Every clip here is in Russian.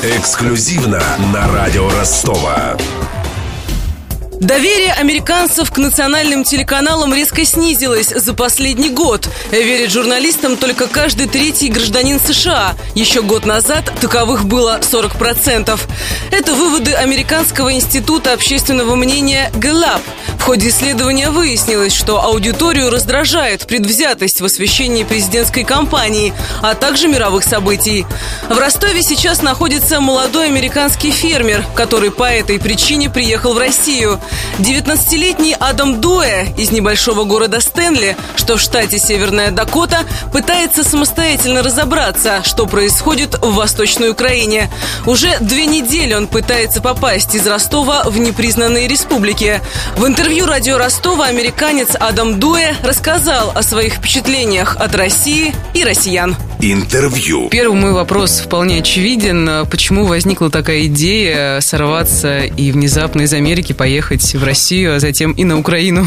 Эксклюзивно на радио Ростова. Доверие американцев к национальным телеканалам резко снизилось за последний год. Верит журналистам только каждый третий гражданин США. Еще год назад таковых было 40%. Это выводы Американского института общественного мнения Gallup. В ходе исследования выяснилось, что аудиторию раздражает предвзятость в освещении президентской кампании, а также мировых событий. В Ростове сейчас находится молодой американский фермер, который по этой причине приехал в Россию. 19-летний Адам Дуэ из небольшого города Стэнли, что в штате Северная Дакота, пытается самостоятельно разобраться, что происходит в Восточной Украине. Уже 2 недели он пытается попасть из Ростова в непризнанные республики. В интервью радио Ростова американец Адам Дуэ рассказал о своих впечатлениях от России и россиян. Интервью. Первый мой вопрос вполне очевиден. Почему возникла такая идея сорваться и внезапно из Америки поехать в Россию, а затем и на Украину?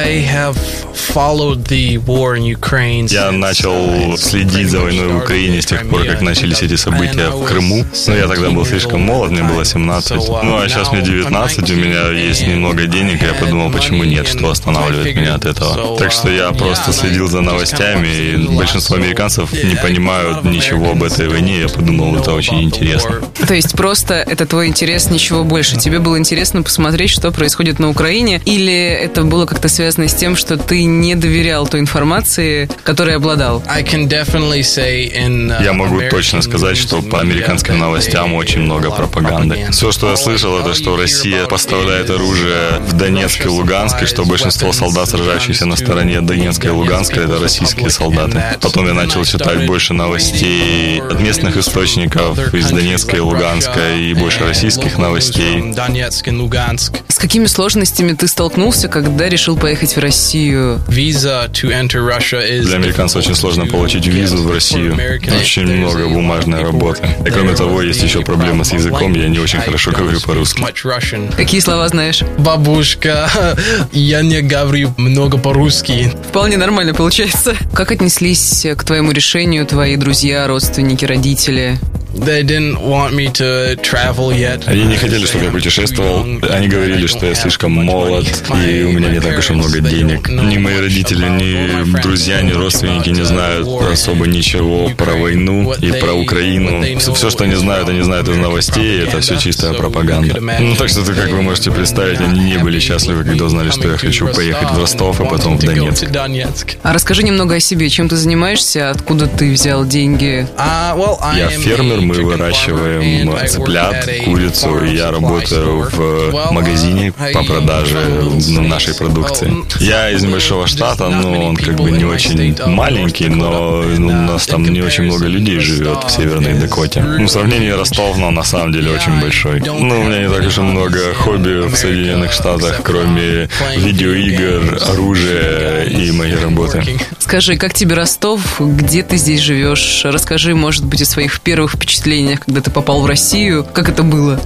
Я начал следить за войной в Украине с тех пор, как начались эти события в Крыму. Но я тогда был слишком молод, мне было 17. Ну, а сейчас мне 19, у меня есть немного денег, и я подумал, почему нет, что останавливает меня от этого. Так что я просто следил за новостями, и большинство американцев не понимают ничего об этой войне. Я подумал, это очень интересно. То есть просто это твой интерес, ничего больше? Тебе было интересно посмотреть, что происходит на Украине? Или это было как-то связано с тем, что ты не доверял той информации, которой обладал? Я могу точно сказать, что по американским новостям очень много пропаганды. Все, что я слышал, это что Россия поставляет оружие в Донецк и Луганск, и что большинство солдат, сражающихся на стороне Донецка и Луганска, это российские солдаты. Потом я начал читать больше новостей от местных источников из Донецка и Луганска, и больше российских новостей. С какими сложностями ты столкнулся, когда решил поехать в Россию? Для американцев очень сложно получить визу в Россию. Очень много бумажной работы. И кроме того, есть еще проблема с языком. Я не очень хорошо говорю по-русски. Какие слова знаешь? Бабушка, я не говорю много по-русски. Вполне нормально получается. Как отнеслись к твоему решению твои друзья, родственники, родители? They didn't want me to travel yet. Они не хотели, чтобы я путешествовал. Они говорили, что я слишком молод, и у меня не так уж и много денег. Ни мои родители, ни друзья, ни родственники не знают особо ничего про войну и про Украину. Все, что они знают из новостей, это все чистая пропаганда. Ну, так что, как вы можете представить, они не были счастливы, когда узнали, что я хочу поехать в Ростов, а потом в Донецк. А расскажи немного о себе. Чем ты занимаешься? Откуда ты взял деньги? Я фермер. Мы выращиваем цыплят, курицу, и я работаю в магазине по продаже нашей продукции. Я из небольшого штата, но он как бы не очень маленький, но у нас там не очень много людей живет в Северной Дакоте. В сравнении Ростов, но на самом деле очень большой. У меня не так уж и много хобби в Соединенных Штатах, кроме видеоигр, оружия и моей работы. Скажи, как тебе Ростов? Где ты здесь живешь? Расскажи, может быть, о своих первых впечатлениях, когда ты попал в Россию. Как это было?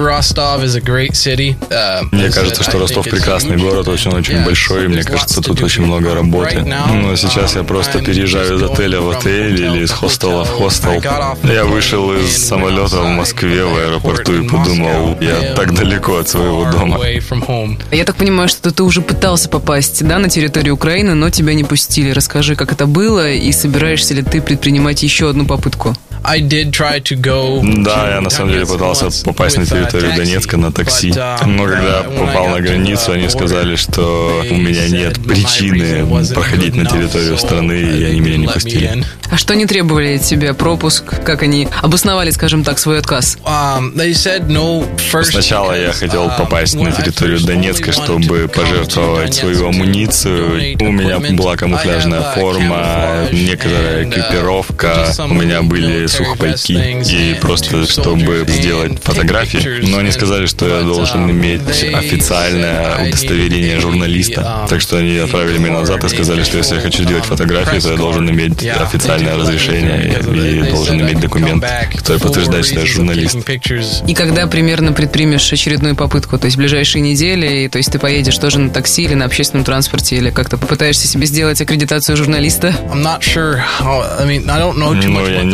Мне кажется, что Ростов прекрасный город, очень большой. Мне кажется, тут очень много работы. Но сейчас я просто переезжаю из отеля в отель или из хостела в хостел. Я вышел из самолета в Москве в аэропорту и подумал, я так далеко от своего дома. Я так понимаю, что ты уже пытался попасть, да, на территорию Украины, но тебя не пустили. Расскажи, как это было, и собираешься ли ты предпринимать еще одну попытку? Да, я на самом деле пытался попасть на территорию Донецка на такси. Но когда попал на границу, они сказали, что у меня нет причины проходить на территорию страны, и они меня не пустили. А что они требовали от тебя? Пропуск? Как они обосновали, скажем так, свой отказ? Сначала я хотел попасть на территорию Донецка, чтобы пожертвовать свою амуницию. У меня была камуфляжная форма, некоторая экипировка, у меня были сухпайки, и просто чтобы сделать фотографии. Но они сказали, что я должен иметь официальное удостоверение журналиста. Так что они отправили меня назад и сказали, что если я хочу делать фотографии, то я должен иметь официальное разрешение и должен иметь документ, который подтверждает, что я журналист. И когда примерно предпримешь очередную попытку? То есть в ближайшие недели? То есть ты поедешь тоже на такси или на общественном транспорте? Или как-то попытаешься себе сделать аккредитацию журналиста? Ну, я немного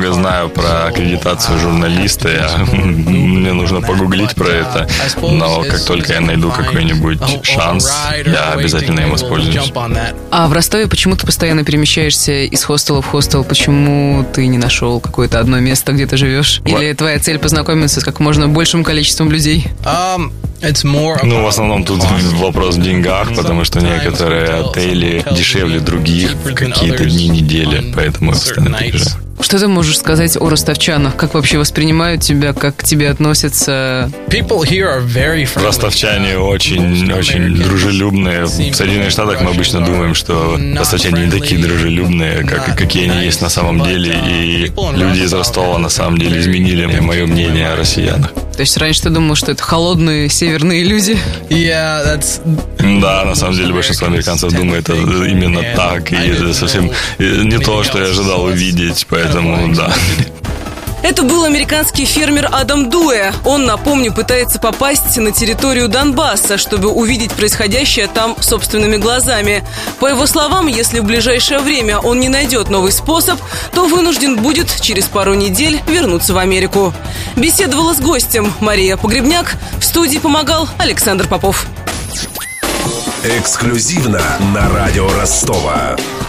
много знаю про аккредитацию журналиста, мне нужно погуглить про это, но как только я найду какой-нибудь шанс, я обязательно им воспользуюсь. А в Ростове почему ты постоянно перемещаешься из хостела в хостел? Почему ты не нашел какое-то одно место, где ты живешь? Или твоя цель познакомиться с как можно большим количеством людей? В основном тут вопрос в деньгах, потому что некоторые отели дешевле других в какие-то дни недели, поэтому я постоянно переезжаю. Что ты можешь сказать о ростовчанах? Как вообще воспринимают тебя? Как к тебе относятся? Ростовчане очень дружелюбные. В Соединенных Штатах мы обычно думаем, что ростовчане не такие дружелюбные, какие они есть на самом деле. И люди из Ростова на самом деле изменили мое мнение о россиянах. То есть раньше ты думал, что это холодные северные люди? Да, на самом деле большинство американцев думает именно так. И это совсем не то, что я ожидал увидеть, поэтому да. Это был американский фермер Адам Дуэ. Он, напомню, пытается попасть на территорию Донбасса, чтобы увидеть происходящее там собственными глазами. По его словам, если в ближайшее время он не найдет новый способ, то вынужден будет через пару недель вернуться в Америку. Беседовала с гостем Мария Погребняк. В студии помогал Александр Попов. Эксклюзивно на радио Ростова.